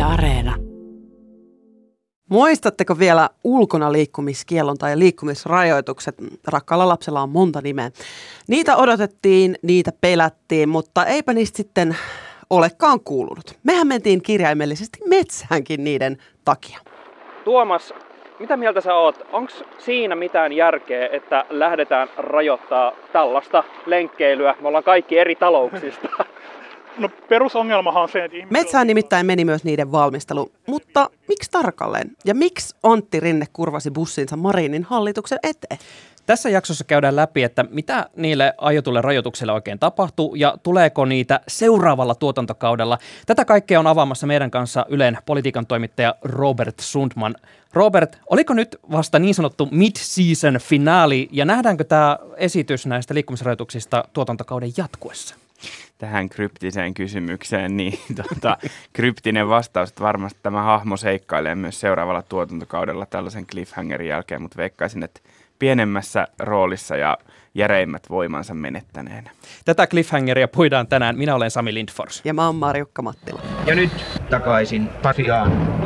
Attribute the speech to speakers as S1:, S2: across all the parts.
S1: Areena.
S2: Muistatteko vielä ulkona liikkumiskiellon tai liikkumisrajoitukset? Rakkaalla lapsella on monta nimeä. Niitä odotettiin, niitä pelättiin, mutta eipä niistä sitten olekaan kuulunut. Mehän mentiin kirjaimellisesti metsäänkin niiden takia.
S3: Tuomas, mitä mieltä sä oot? Onko siinä mitään järkeä, että lähdetään rajoittaa tällaista lenkkeilyä? Me ollaan kaikki eri talouksista.
S4: No perusongelmahan on se, että
S2: Metsään nimittäin meni myös niiden valmistelu, mutta miksi tarkalleen? Ja miksi Antti Rinne kurvasi bussinsa Marinin hallituksen eteen?
S5: Tässä jaksossa käydään läpi, että mitä niille aiotulle rajoituksille oikein tapahtuu ja tuleeko niitä seuraavalla tuotantokaudella. Tätä kaikkea on avaamassa meidän kanssa Ylen politiikan toimittaja Robert Sundman. Robert, oliko nyt vasta niin sanottu mid-season finaali ja nähdäänkö tämä esitys näistä liikkumisrajoituksista tuotantokauden jatkuessa?
S6: Tähän kryptiseen kysymykseen, niin kryptinen vastaus, että varmasti tämä hahmo seikkailee myös seuraavalla tuotantokaudella tällaisen cliffhangerin jälkeen, mutta veikkaisin, että pienemmässä roolissa ja järeimmät voimansa menettäneenä.
S5: Tätä cliffhangeria puidaan tänään. Minä olen Sami Lindfors.
S2: Ja mä oon Marjukka Mattila.
S7: Ja nyt takaisin Pasiaan.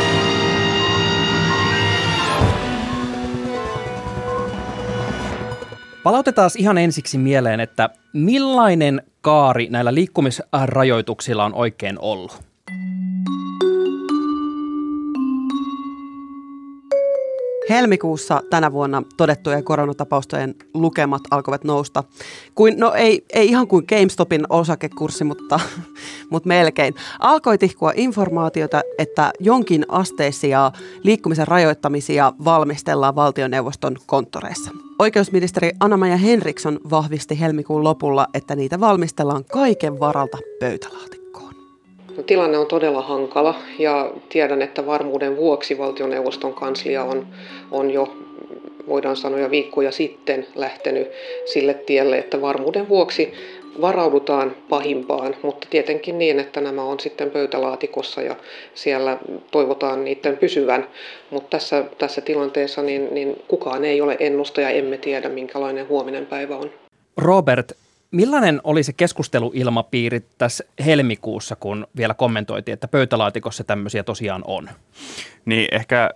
S5: Palautetaan ihan ensiksi mieleen, että millainen kaari näillä liikkumisrajoituksilla on oikein ollut?
S2: Helmikuussa tänä vuonna todettujen koronatapaustojen lukemat alkoivat nousta. Ei ihan kuin GameStopin osakekurssi, mutta melkein. Alkoi tihkua informaatiota, että jonkin asteisia liikkumisen rajoittamisia valmistellaan valtioneuvoston konttoreissa. Oikeusministeri Anna-Maja Henriksson vahvisti helmikuun lopulla, että niitä valmistellaan kaiken varalta pöytälaatikkoon.
S8: Tilanne on todella hankala ja tiedän, että varmuuden vuoksi valtioneuvoston kanslia on jo, voidaan sanoa jo viikkoja sitten lähtenyt sille tielle, että varmuuden vuoksi varaudutaan pahimpaan, mutta tietenkin niin, että nämä on sitten pöytälaatikossa ja siellä toivotaan niiden pysyvän. Mutta tässä tilanteessa niin kukaan ei ole ennustaja, emme tiedä minkälainen huominen päivä on.
S5: Robert, millainen oli se keskusteluilmapiiri tässä helmikuussa, kun vielä kommentoitiin, että pöytälaatikossa tämmöisiä tosiaan on?
S6: Niin ehkä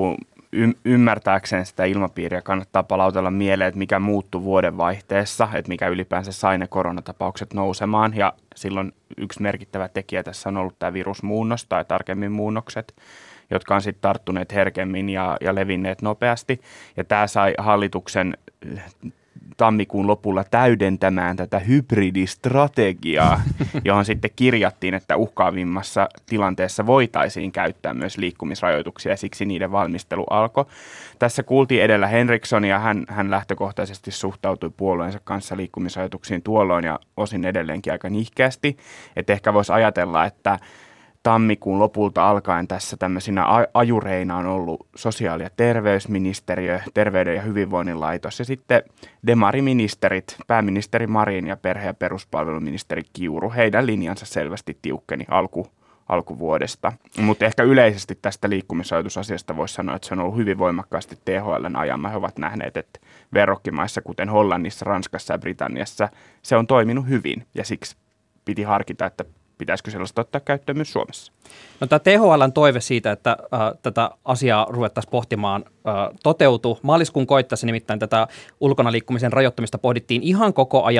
S6: ymmärtääkseen sitä ilmapiiriä kannattaa palautella mieleen, että mikä muuttui vuodenvaihteessa, että mikä ylipäänsä sai ne koronatapaukset nousemaan. Ja silloin yksi merkittävä tekijä tässä on ollut tämä virusmuunnos tai tarkemmin muunnokset, jotka on sitten tarttuneet herkemmin ja levinneet nopeasti. Ja tämä sai hallituksen tammikuun lopulla täydentämään tätä hybridistrategiaa, johon sitten kirjattiin, että uhkaavimmassa tilanteessa voitaisiin käyttää myös liikkumisrajoituksia ja siksi niiden valmistelu alkoi. Tässä kuultiin edellä Henrikssonia, hän lähtökohtaisesti suhtautui puolueensa kanssa liikkumisrajoituksiin tuolloin ja osin edelleenkin aika nihkeästi, että ehkä voisi ajatella, että tammikuun lopulta alkaen tässä tämmöisinä ajureina on ollut sosiaali- ja terveysministeriö, terveyden ja hyvinvoinnin laitos ja sitten demariministerit, pääministeri Marin ja perhe- ja peruspalveluministeri Kiuru. Heidän linjansa selvästi tiukkeni alkuvuodesta. Mutta ehkä yleisesti tästä liikkumisrajoitusasiasta voisi sanoa, että se on ollut hyvin voimakkaasti THL:n ajama. He ovat nähneet, että verrokkimaissa, kuten Hollannissa, Ranskassa ja Britanniassa, se on toiminut hyvin ja siksi piti harkita, että pitäisikö sellaista ottaa käyttöön myös Suomessa?
S5: No, tämä THL:n toive siitä, että tätä asiaa ruvettaisiin pohtimaan, toteutui. Maaliskuun koittaessa nimittäin tätä ulkona liikkumisen rajoittamista pohdittiin ihan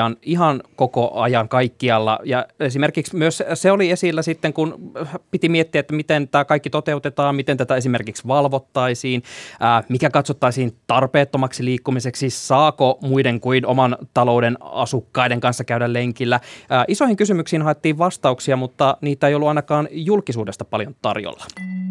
S5: koko ajan kaikkialla. Ja esimerkiksi myös se oli esillä sitten, kun piti miettiä, että miten tämä kaikki toteutetaan, miten tätä esimerkiksi valvottaisiin, mikä katsottaisiin tarpeettomaksi liikkumiseksi, saako muiden kuin oman talouden asukkaiden kanssa käydä lenkillä. Isoihin kysymyksiin haettiin vastauksia, mutta niitä ei ollut ainakaan julkisuudesta paljon tarjolla.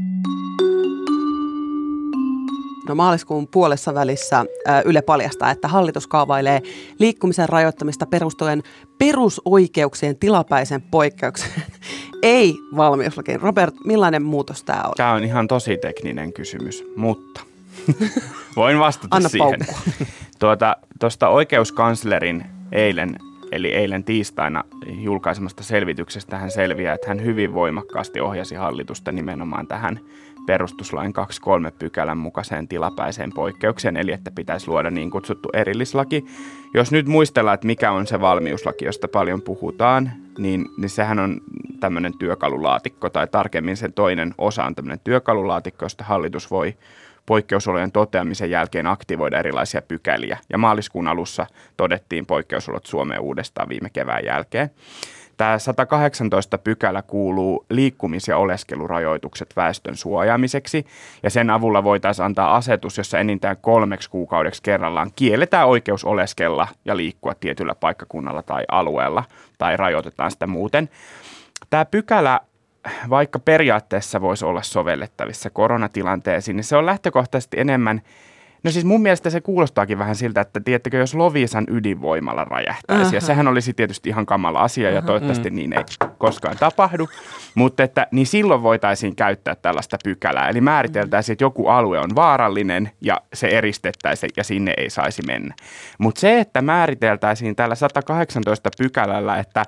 S2: No, maaliskuun puolessa välissä Yle paljastaa, että hallitus kaavailee liikkumisen rajoittamista perustuen perusoikeuksien tilapäisen poikkeukseen. Ei valmiuslakiin. Robert, millainen muutos tämä on?
S6: Tämä on ihan tosi tekninen kysymys, mutta voin vastata
S2: Anna
S6: siihen. Tuosta oikeuskanslerin eilen tiistaina julkaisemasta selvityksestä hän selviää, että hän hyvin voimakkaasti ohjasi hallitusta nimenomaan tähän perustuslain 2.3 pykälän mukaiseen tilapäiseen poikkeukseen, eli että pitäisi luoda niin kutsuttu erillislaki. Jos nyt muistellaan, että mikä on se valmiuslaki, josta paljon puhutaan, niin sehän on tämmöinen työkalulaatikko, tai tarkemmin sen toinen osa on tämmöinen työkalulaatikko, josta hallitus voi poikkeusolojen toteamisen jälkeen aktivoida erilaisia pykäliä. Ja maaliskuun alussa todettiin poikkeusolot Suomeen uudestaan viime kevään jälkeen. Tämä 118 pykälä kuuluu liikkumis- ja oleskelurajoitukset väestön suojaamiseksi, ja sen avulla voitaisiin antaa asetus, jossa enintään 3 kuukaudeksi kerrallaan kielletään oikeus oleskella ja liikkua tietyllä paikkakunnalla tai alueella, tai rajoitetaan sitä muuten. Tämä pykälä, vaikka periaatteessa voisi olla sovellettavissa koronatilanteisiin, niin se on lähtökohtaisesti enemmän. No siis mun mielestä se kuulostaakin vähän siltä, että tiedättekö, jos Loviisan ydinvoimalla räjähtäisi, ja sehän olisi tietysti ihan kamala asia, ja toivottavasti niin ei koskaan tapahdu, mutta niin silloin voitaisiin käyttää tällaista pykälää, eli määriteltäisiin, että joku alue on vaarallinen, ja se eristettäisiin, ja sinne ei saisi mennä. Mutta se, että määriteltäisiin tällä 118 pykälällä, että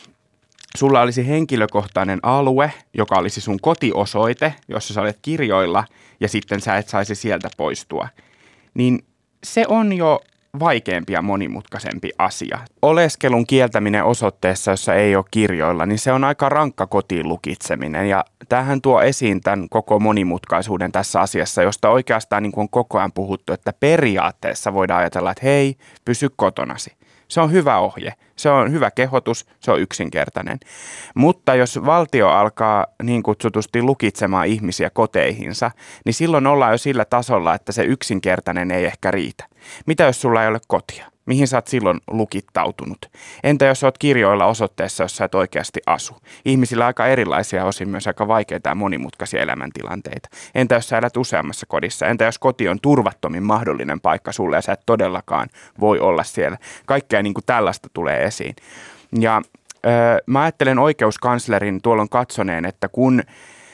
S6: sulla olisi henkilökohtainen alue, joka olisi sun kotiosoite, jossa sä olet kirjoilla, ja sitten sä et saisi sieltä poistua, niin se on jo vaikeampi ja monimutkaisempi asia. Oleskelun kieltäminen osoitteessa, jossa ei ole kirjoilla, niin se on aika rankka kotiin lukitseminen. Ja tämähän tuo esiin tämän koko monimutkaisuuden tässä asiassa, josta oikeastaan niin kuin on koko ajan puhuttu, että periaatteessa voidaan ajatella, että hei, pysy kotonasi. Se on hyvä ohje, se on hyvä kehotus, se on yksinkertainen. Mutta jos valtio alkaa niin kutsutusti lukitsemaan ihmisiä koteihinsa, niin silloin ollaan jo sillä tasolla, että se yksinkertainen ei ehkä riitä. Mitä jos sulla ei ole kotia? Mihin sä oot silloin lukittautunut? Entä jos oot kirjoilla osoitteessa, jossa et oikeasti asu? Ihmisillä on aika erilaisia, osin myös aika vaikeita ja monimutkaisia elämäntilanteita. Entä jos sä elät useammassa kodissa? Entä jos koti on turvattomin mahdollinen paikka sulle ja sä et todellakaan voi olla siellä? Kaikkea niin kuin tällaista tulee esiin. Ja mä ajattelen oikeuskanslerin tuolloin katsoneen, että kun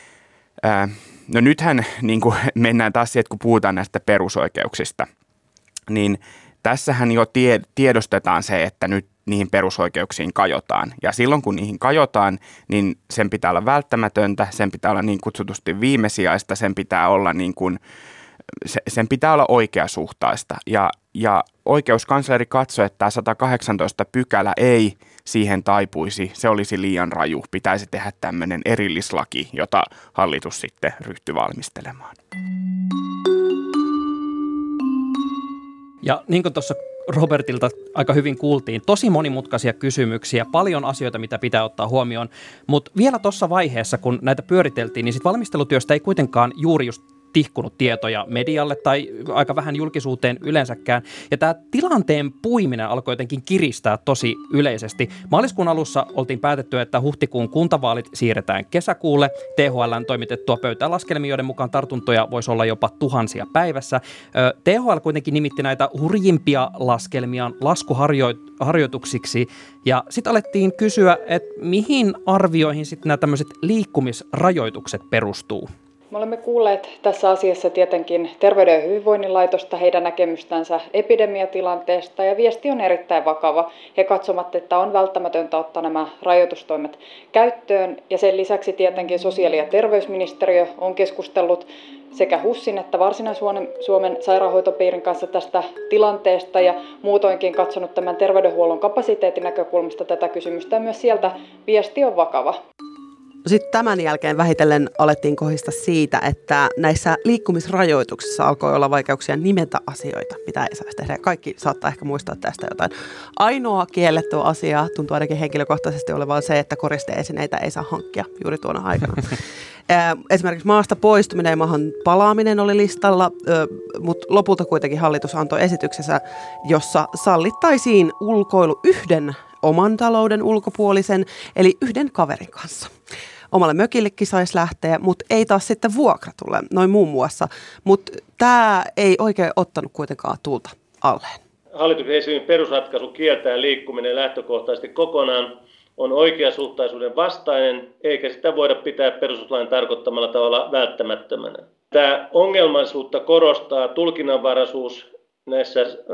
S6: no nythän niin kuin mennään taas siihen, että kun puhutaan näistä perusoikeuksista, niin tässähän jo tiedostetaan se, että nyt niihin perusoikeuksiin kajotaan. Ja silloin kun niihin kajotaan, niin sen pitää olla välttämätöntä, sen pitää olla niin kutsutusti viimesijaista, sen pitää olla, sen pitää olla oikeasuhtaista. Ja oikeuskansleri katsoi, että tämä 118 pykälä ei siihen taipuisi, se olisi liian raju. Pitäisi tehdä tämmöinen erillislaki, jota hallitus sitten ryhtyi valmistelemaan.
S5: Ja niin kuin tuossa Robertilta aika hyvin kuultiin, tosi monimutkaisia kysymyksiä, paljon asioita, mitä pitää ottaa huomioon, mutta vielä tuossa vaiheessa, kun näitä pyöriteltiin, niin sit valmistelutyöstä ei kuitenkaan juuri just tihkunut tietoja medialle tai aika vähän julkisuuteen yleensäkään. Ja tämä tilanteen puiminen alkoi jotenkin kiristää tosi yleisesti. Maaliskuun alussa oltiin päätetty, että huhtikuun kuntavaalit siirretään kesäkuulle. THL:n toimitettua pöytälaskelmia, joiden mukaan tartuntoja voisi olla jopa 1000 päivässä. THL kuitenkin nimitti näitä hurjimpia laskelmiaan laskuharjoituksiksi. Ja sitten alettiin kysyä, että mihin arvioihin sitten nämä tämmöiset liikkumisrajoitukset perustuu.
S1: Me olemme kuulleet tässä asiassa tietenkin Terveyden ja hyvinvoinnin laitosta, heidän näkemystänsä epidemiatilanteesta, ja viesti on erittäin vakava. He katsovat, että on välttämätöntä ottaa nämä rajoitustoimet käyttöön, ja sen lisäksi tietenkin sosiaali- ja terveysministeriö on keskustellut sekä HUSin että Varsinais-Suomen sairaanhoitopiirin kanssa tästä tilanteesta ja muutoinkin katsonut tämän terveydenhuollon kapasiteetin näkökulmasta tätä kysymystä, ja myös sieltä viesti on vakava.
S2: Sitten tämän jälkeen vähitellen alettiin kohdista siitä, että näissä liikkumisrajoituksissa alkoi olla vaikeuksia nimetä asioita, mitä ei saisi tehdä. Kaikki saattaa ehkä muistaa tästä jotain. Ainoa kielletty asia tuntuu ainakin henkilökohtaisesti olevan se, että koristeesineitä ei saa hankkia juuri tuona aikana. Esimerkiksi maasta poistuminen ja maahan palaaminen oli listalla, mutta lopulta kuitenkin hallitus antoi esityksessä, jossa sallittaisiin ulkoilu yhden oman talouden ulkopuolisen, eli yhden kaverin kanssa. Omalle mökillekin saisi lähteä, mutta ei taas sitten vuokratulle, noin muun muassa. Mutta tämä ei oikein ottanut kuitenkaan tuulta alleen.
S9: Hallituksen esityksen perusratkaisu kieltää liikkuminen lähtökohtaisesti kokonaan on oikeasuhtaisuuden vastainen, eikä sitä voida pitää perustuslain tarkoittamalla tavalla välttämättömänä. Tämä ongelmallisuutta korostaa tulkinnanvaraisuus näissä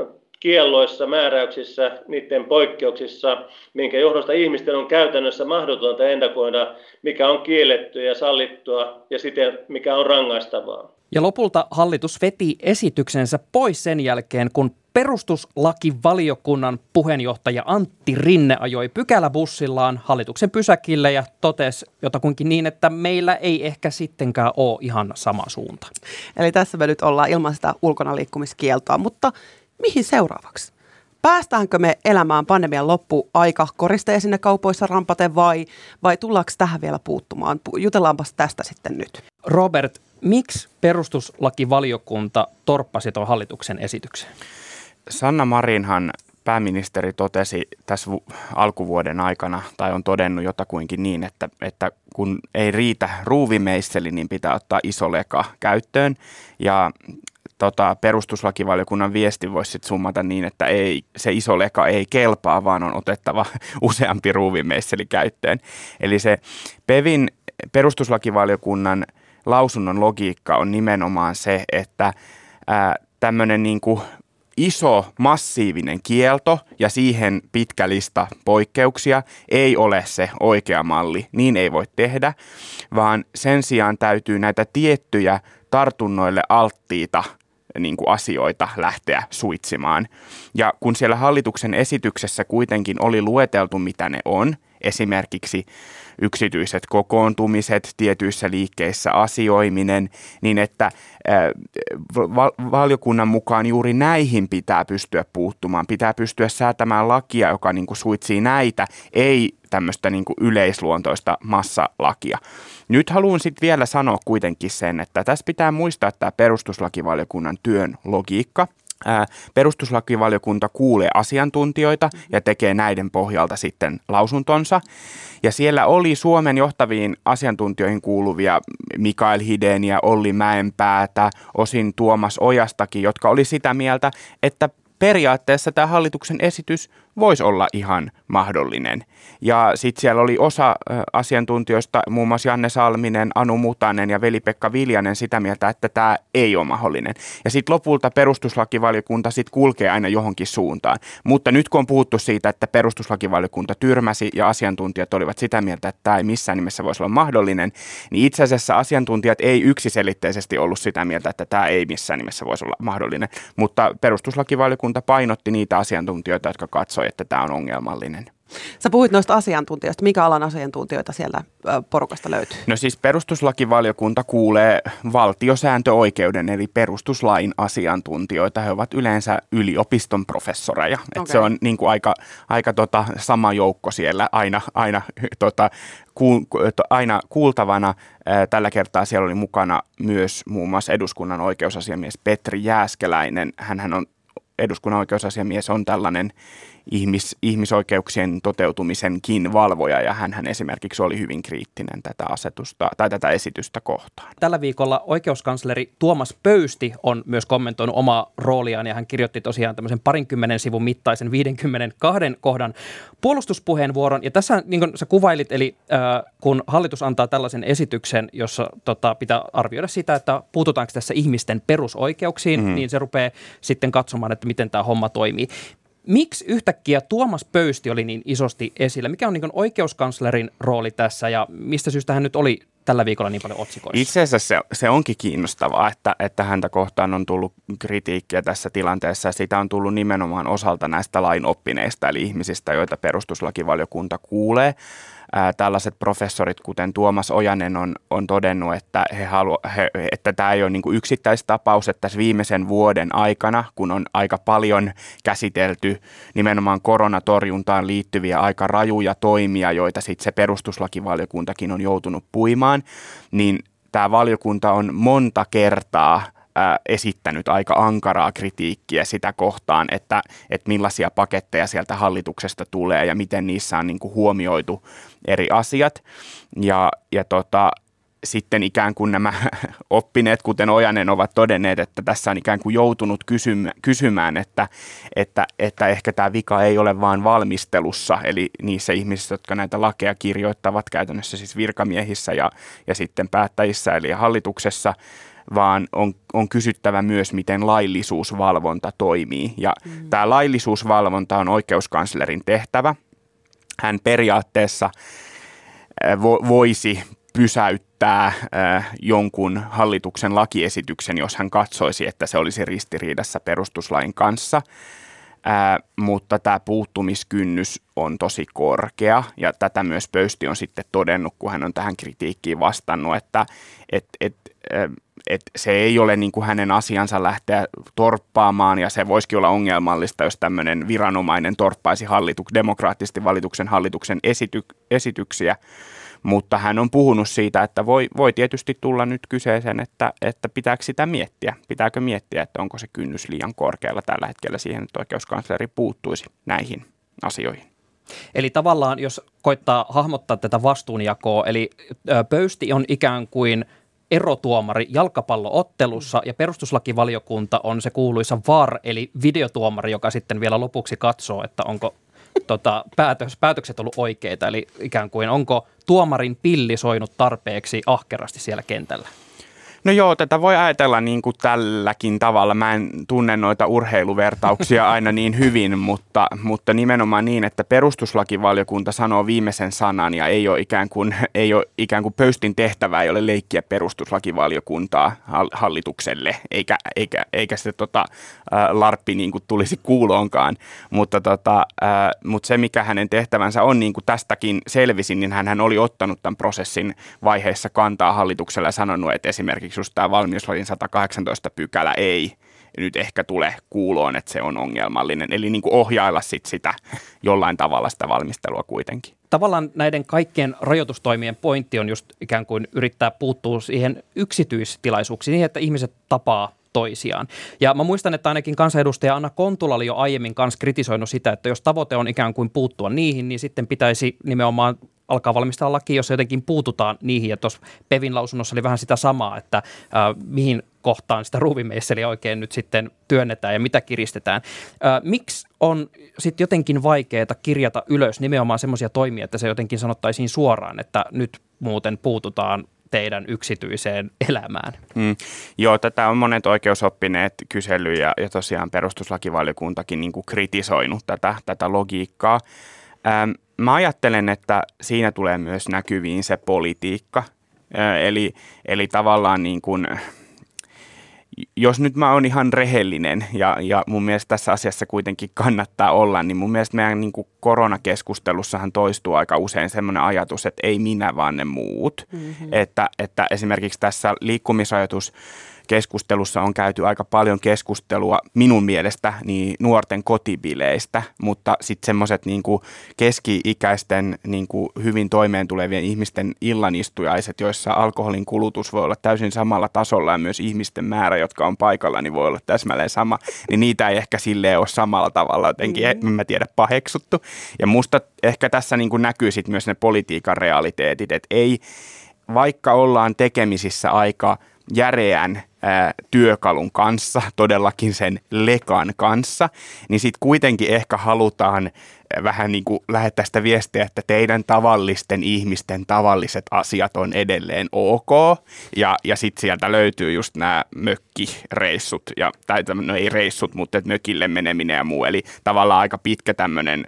S9: kielloissa, määräyksissä, niiden poikkeuksissa, minkä johdosta ihmisten on käytännössä mahdotonta ennakoida, mikä on kiellettyä ja sallittua ja siten mikä on rangaistavaa.
S5: Ja lopulta hallitus veti esityksensä pois sen jälkeen, kun perustuslakivaliokunnan puheenjohtaja Antti Rinne ajoi pykäläbussillaan hallituksen pysäkille ja totesi jotakuinkin niin, että meillä ei ehkä sittenkään ole ihan sama suunta.
S2: Eli tässä me nyt ollaan ilman sitä ulkonaliikkumiskieltoa, mutta mihin seuraavaksi? Päästäänkö me elämään pandemian loppuaika koristeja sinne kaupoissa rampaten vai tullaanko tähän vielä puuttumaan? Jutellaanpas tästä sitten nyt.
S5: Robert, miksi perustuslakivaliokunta torppasi tuon hallituksen esityksen?
S6: Sanna Marinhan pääministeri totesi tässä alkuvuoden aikana, tai on todennut jotakuinkin niin, että kun ei riitä ruuvimeisseli, niin pitää ottaa iso leka käyttöön. Ja perustuslakivaliokunnan viesti voisi sitten summata niin, että se iso leka ei kelpaa, vaan on otettava useampi ruuvimeisseli käyttöön. Eli se PeVin perustuslakivaliokunnan lausunnon logiikka on nimenomaan se, että tämmöinen niin kuin iso, massiivinen kielto ja siihen pitkä lista poikkeuksia ei ole se oikea malli. Niin ei voi tehdä, vaan sen sijaan täytyy näitä tiettyjä tartunnoille alttiita niin kuin asioita lähteä suitsimaan. Ja kun siellä hallituksen esityksessä kuitenkin oli lueteltu, mitä ne on, esimerkiksi yksityiset kokoontumiset, tietyissä liikkeissä asioiminen, niin että valiokunnan mukaan juuri näihin pitää pystyä puuttumaan. Pitää pystyä säätämään lakia, joka niin kuin suitsii näitä, ei tämmöistä niin kuin yleisluontoista massalakia. Nyt haluan sitten vielä sanoa kuitenkin sen, että tässä pitää muistaa tämä perustuslakivaliokunnan työn logiikka. Perustuslakivaliokunta kuulee asiantuntijoita ja tekee näiden pohjalta sitten lausuntonsa. Ja siellä oli Suomen johtaviin asiantuntijoihin kuuluvia Mikael Hidéniä, Olli Mäenpäätä, osin Tuomas Ojastakin, jotka oli sitä mieltä, että periaatteessa tämä hallituksen esitys voisi olla ihan mahdollinen. Ja sitten siellä oli osa asiantuntijoista, muun muassa Janne Salminen, Anu Mutanen ja Veli-Pekka Viljanen sitä mieltä, että tämä ei ole mahdollinen. Ja sitten lopulta perustuslakivaliokunta sitten kulkee aina johonkin suuntaan. Mutta nyt kun on puhuttu siitä, että perustuslakivaliokunta tyrmäsi ja asiantuntijat olivat sitä mieltä, että tämä ei missään nimessä voisi olla mahdollinen, niin itse asiassa asiantuntijat ei yksiselitteisesti ollut sitä mieltä, että tämä ei missään nimessä voisi olla mahdollinen. Mutta perustuslakivaliokunta painotti niitä asiantuntijoita, jotka katsoivat, että tämä on ongelmallinen.
S2: Sä puhuit noista asiantuntijoista. Mikä alan asiantuntijoita siellä porukasta löytyy? No
S6: siis perustuslakivaliokunta kuulee valtiosääntöoikeuden eli perustuslain asiantuntijoita. He ovat yleensä yliopiston professoreja. Okay. Se on niin kuin aika sama joukko siellä aina kuultavana. Tällä kertaa siellä oli mukana myös muun muassa eduskunnan oikeusasiamies Petri Jääskeläinen. Hänhän on eduskunnan oikeusasiamies on tällainen ihmisoikeuksien toteutumisenkin valvoja ja hän esimerkiksi oli hyvin kriittinen tätä esitystä kohtaan.
S5: Tällä viikolla oikeuskansleri Tuomas Pöysti on myös kommentoinut omaa rooliaan ja hän kirjoitti tosiaan tämmöisen 20 sivun mittaisen 52 kohdan puolustuspuheenvuoron. Ja tässä niin kuin sä kuvailit, eli kun hallitus antaa tällaisen esityksen, jossa pitää arvioida sitä, että puututaanko tässä ihmisten perusoikeuksiin, niin se rupeaa sitten katsomaan, että miten tämä homma toimii. Miksi yhtäkkiä Tuomas Pöysti oli niin isosti esillä? Mikä on niin kuin oikeuskanslerin rooli tässä ja mistä syystä hän nyt oli tällä viikolla niin paljon otsikoissa?
S6: Itse asiassa se onkin kiinnostavaa, että häntä kohtaan on tullut kritiikkiä tässä tilanteessa. Sitä on tullut nimenomaan osalta näistä lainoppineista eli ihmisistä, joita perustuslakivaliokunta kuulee. Tällaiset professorit, kuten Tuomas Ojanen, on todennut, että että tämä ei ole niin kuin yksittäistapaus, että tässä viimeisen vuoden aikana, kun on aika paljon käsitelty nimenomaan koronatorjuntaan liittyviä aika rajuja toimia, joita sitten se perustuslakivaliokuntakin on joutunut puimaan, niin tämä valiokunta on monta kertaa esittänyt aika ankaraa kritiikkiä sitä kohtaan, että millaisia paketteja sieltä hallituksesta tulee ja miten niissä on niin kuin huomioitu eri asiat. Ja sitten ikään kuin nämä oppineet, kuten Ojanen, ovat todenneet, että tässä on ikään kuin joutunut kysymään, että ehkä tämä vika ei ole vaan valmistelussa, eli niissä ihmisissä, jotka näitä lakeja kirjoittavat käytännössä siis virkamiehissä ja sitten päättäjissä eli hallituksessa, vaan on kysyttävä myös, miten laillisuusvalvonta toimii. Ja tämä laillisuusvalvonta on oikeuskanslerin tehtävä. Hän periaatteessa voisi pysäyttää jonkun hallituksen lakiesityksen, jos hän katsoisi, että se olisi ristiriidassa perustuslain kanssa. Mutta tämä puuttumiskynnys on tosi korkea, ja tätä myös Pöysti on sitten todennut, kun hän on tähän kritiikkiin vastannut, että se ei ole niin kuin hänen asiansa lähteä torppaamaan, ja se voisikin olla ongelmallista, jos tämmöinen viranomainen torppaisi demokraattisesti valituksen hallituksen esityksiä. Mutta hän on puhunut siitä, että voi tietysti tulla nyt kyseeseen, että pitääkö sitä miettiä. Pitääkö miettiä, että onko se kynnys liian korkealla tällä hetkellä siihen, että oikeuskansleri puuttuisi näihin asioihin.
S5: Eli tavallaan, jos koittaa hahmottaa tätä vastuunjakoa, eli Pöysti on ikään kuin erotuomari jalkapalloottelussa ja perustuslakivaliokunta on se kuuluisa VAR, eli videotuomari, joka sitten vielä lopuksi katsoo, että onko päätökset ollut oikeita, eli ikään kuin onko tuomarin pilli soinut tarpeeksi ahkerasti siellä kentällä?
S6: No joo, tätä voi ajatella niin kuin tälläkin tavalla. Mä en tunne noita urheiluvertauksia aina niin hyvin, mutta nimenomaan niin, että perustuslakivaliokunta sanoo viimeisen sanan ja ei ole ikään kuin Pöystin tehtävä ei ole leikkiä perustuslakivaliokuntaa hallitukselle, eikä se larppi niin kuin tulisi kuuloonkaan. Mutta se, mikä hänen tehtävänsä on, niin kuin tästäkin selvisin, niin hän oli ottanut tämän prosessin vaiheessa kantaa hallitukselle ja sanonut, että esimerkiksi just tämä valmiuslain 118 pykälä ei nyt ehkä tule kuuloon, että se on ongelmallinen. Eli niin kuin ohjailla sitä jollain tavalla sitä valmistelua kuitenkin.
S5: Tavallaan näiden kaikkien rajoitustoimien pointti on just ikään kuin yrittää puuttua siihen yksityistilaisuuksiin, niin että ihmiset tapaa toisiaan. Ja mä muistan, että ainakin kansanedustaja Anna Kontula oli jo aiemmin kanssa kritisoinut sitä, että jos tavoite on ikään kuin puuttua niihin, niin sitten pitäisi nimenomaan alkaa valmistella laki, jos jotenkin puututaan niihin. Ja tuossa Pevin lausunnossa oli vähän sitä samaa, että mihin kohtaan sitä ruuvimeisseliä oikein nyt sitten työnnetään ja mitä kiristetään. Miksi on sitten jotenkin vaikeaa kirjata ylös nimenomaan semmoisia toimia, että se jotenkin sanottaisiin suoraan, että nyt muuten puututaan teidän yksityiseen elämään?
S6: Joo, tätä on monet oikeusoppineet kysely ja tosiaan perustuslakivaliokuntakin niin kuin kritisoinut tätä logiikkaa. Mä ajattelen, että siinä tulee myös näkyviin se politiikka, eli tavallaan niin kuin, jos nyt mä oon ihan rehellinen ja mun mielestä tässä asiassa kuitenkin kannattaa olla, niin mun mielestä meidän niin kuin koronakeskustelussahan toistuu aika usein semmoinen ajatus, että ei minä vaan ne muut, että esimerkiksi tässä liikkumisrajoituskeskustelussa on käyty aika paljon keskustelua minun mielestä niin nuorten kotibileistä, mutta sitten semmoiset niinku keski-ikäisten niinku hyvin toimeen tulevien ihmisten illanistujaiset, joissa alkoholin kulutus voi olla täysin samalla tasolla ja myös ihmisten määrä, jotka on paikalla, niin voi olla täsmälleen sama, niin niitä ei ehkä silleen ole samalla tavalla jotenkin, en mä tiedä, paheksuttu. Ja musta ehkä tässä niinku näkyy sitten myös ne politiikan realiteetit, että ei, vaikka ollaan tekemisissä aika järeän työkalun kanssa, todellakin sen lekan kanssa, niin sitten kuitenkin ehkä halutaan vähän niin kuin lähettää sitä viestiä, että teidän tavallisten ihmisten tavalliset asiat on edelleen ok, ja sitten sieltä löytyy just nämä mökkireissut, no ei reissut, mutta mökille meneminen ja muu, eli tavallaan aika pitkä tämmöinen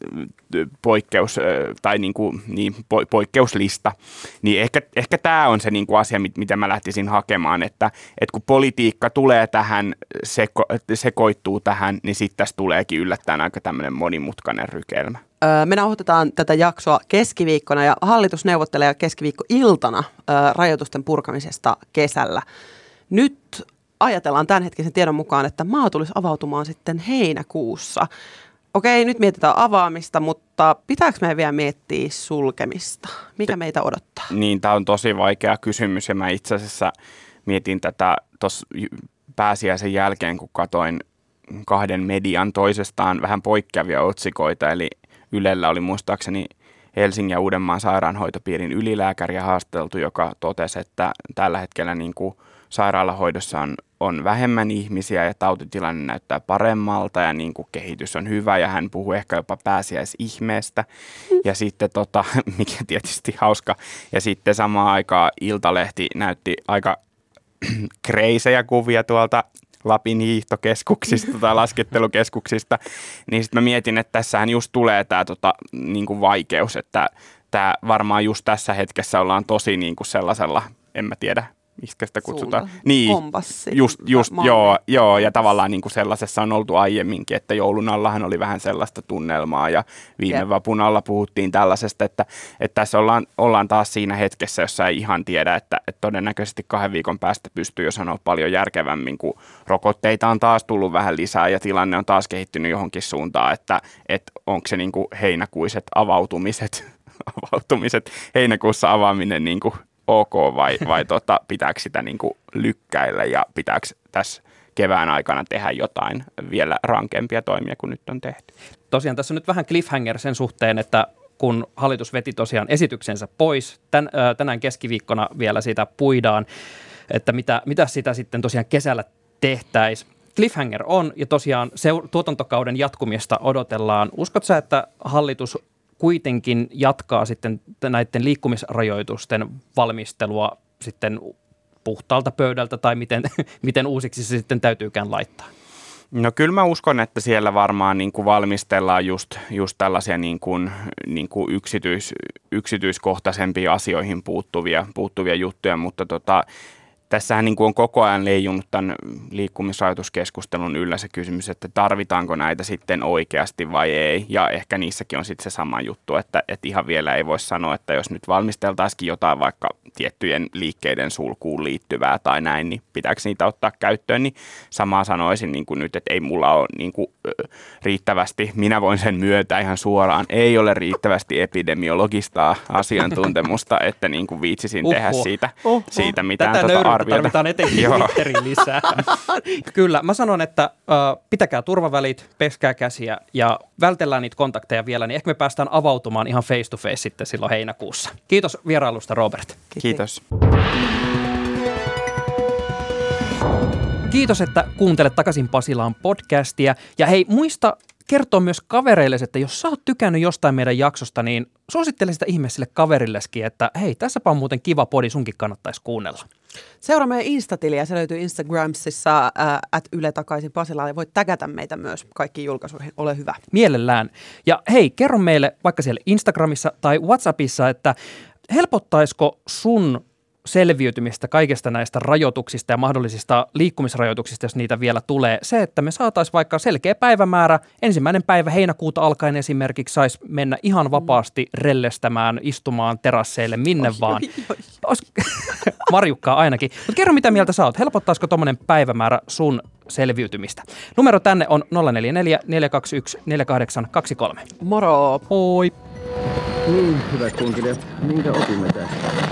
S6: poikkeus tai poikkeuslista, niin ehkä tämä on se niinku asia, mitä mä lähtisin hakemaan, että kun politiikka tulee tähän, sekoittuu tähän, niin sitten tässä tuleekin yllättäen aika tämmöinen monimutkainen rykelmä.
S2: Me nauhoitetaan tätä jaksoa keskiviikkona ja hallitus neuvottelee keskiviikkoiltana rajoitusten purkamisesta kesällä. Nyt ajatellaan tämänhetkisen tiedon mukaan, että maa tulisi avautumaan sitten heinäkuussa. Okei, nyt mietitään avaamista, mutta pitääkö meidän vielä miettiä sulkemista? Mikä meitä odottaa?
S6: Niin, tämä on tosi vaikea kysymys ja mä itse asiassa mietin tätä tuossa pääsiäisen jälkeen, kun katsoin kahden median toisestaan vähän poikkeavia otsikoita. Eli Ylellä oli muistaakseni Helsingin ja Uudenmaan sairaanhoitopiirin ylilääkäriä haasteltu, joka totesi, että tällä hetkellä niin kuin sairaalahoidossa on vähemmän ihmisiä ja tautitilanne näyttää paremmalta ja niin kuin kehitys on hyvä ja hän puhuu ehkä jopa pääsiäisihmeestä ja sitten mikä tietysti hauska, ja sitten samaan aikaan Iltalehti näytti aika kreisejä kuvia tuolta Lapin hiihtokeskuksista tai laskettelukeskuksista, niin sitten mä mietin, että tässähän just tulee tämä niin kuin vaikeus, että tämä varmaan just tässä hetkessä ollaan tosi niin kuin sellaisella, en mä tiedä, mistä sitä kutsutaan. Niin,
S2: kompassi.
S6: Just joo, ja tavallaan niin kuin sellaisessa on oltu aiemminkin, että joulun allahan oli vähän sellaista tunnelmaa ja viime vapun alla puhuttiin tällaisesta, että tässä ollaan taas siinä hetkessä, jossa ei ihan tiedä, että todennäköisesti 2 viikon päästä pystyy jo sanoa paljon järkevämmin, kun rokotteita on taas tullut vähän lisää ja tilanne on taas kehittynyt johonkin suuntaan, että onko se niin kuin heinäkuiset avautumiset, heinäkuussa avaaminen niin kuin ok vai pitääkö sitä niin kuin lykkäillä ja pitääkö tässä kevään aikana tehdä jotain vielä rankempia toimia kuin nyt on tehty?
S5: Tosiaan tässä on nyt vähän cliffhanger sen suhteen, että kun hallitus veti tosiaan esityksensä pois, tänään keskiviikkona vielä siitä puidaan, että mitä sitä sitten tosiaan kesällä tehtäisiin. Cliffhanger on ja tosiaan tuotantokauden jatkumista odotellaan. Uskotko sä, että hallitus kuitenkin jatkaa sitten näiden liikkumisrajoitusten valmistelua sitten puhtaalta pöydältä tai miten uusiksi se sitten täytyykään laittaa?
S6: No kyllä mä uskon, että siellä varmaan niin kuin valmistellaan just tällaisia niin kuin yksityiskohtaisempia asioihin puuttuvia juttuja, mutta tässähän niin kuin on koko ajan leijunut tämän liikkumisrajoituskeskustelun yllä se kysymys, että tarvitaanko näitä sitten oikeasti vai ei. Ja ehkä niissäkin on sitten se sama juttu, että ihan vielä ei voi sanoa, että jos nyt valmisteltaisikin jotain vaikka tiettyjen liikkeiden sulkuun liittyvää tai näin, niin pitääkö niitä ottaa käyttöön, niin samaa sanoisin niin kuin nyt, että ei mulla ole niin kuin riittävästi, minä voin sen myöntää ihan suoraan, ei ole riittävästi epidemiologista asiantuntemusta, että niin kuin viitsisin tehdä siitä mitään arviota.
S5: Tarvitaan etenkin Twitteriin lisää. Kyllä, mä sanon, että pitäkää turvavälit, peskää käsiä ja vältellään niitä kontakteja vielä, niin ehkä me päästään avautumaan ihan face to face sitten silloin heinäkuussa. Kiitos vierailusta, Robert.
S6: Kiitos.
S5: Kiitos, että kuuntelet Takaisin Pasilaan podcastia. Ja hei, muista kertoa myös kavereille, että jos sä oot tykännyt jostain meidän jaksosta, niin suosittele sitä ihme sille kaverillekin, että hei, tässäpä on muuten kiva podi, sunkin kannattaisi kuunnella.
S2: Seuraa meidän Insta-tiliä, se löytyy Instagramsissa @Yle Takaisin Pasilaan ja voit tägätä meitä myös kaikkiin julkaisuihin, ole hyvä.
S5: Mielellään. Ja hei, kerro meille vaikka siellä Instagramissa tai WhatsAppissa, että helpottaisiko sun selviytymistä kaikista näistä rajoituksista ja mahdollisista liikkumisrajoituksista, jos niitä vielä tulee. Se, että me saataisiin vaikka selkeä päivämäärä, 1. päivä heinäkuuta alkaen esimerkiksi saisi mennä ihan vapaasti rellestämään, istumaan terasseille, minne vaan. Marjukkaa ainakin. Mutta kerro, mitä mieltä sä oot. Helpottaisiko tommonen päivämäärä sun selviytymistä? Numero tänne on 044 421 4823.
S2: Moro!
S5: Moi!
S10: Niin, hyvät kuuntelijat, minkä opimme tästä?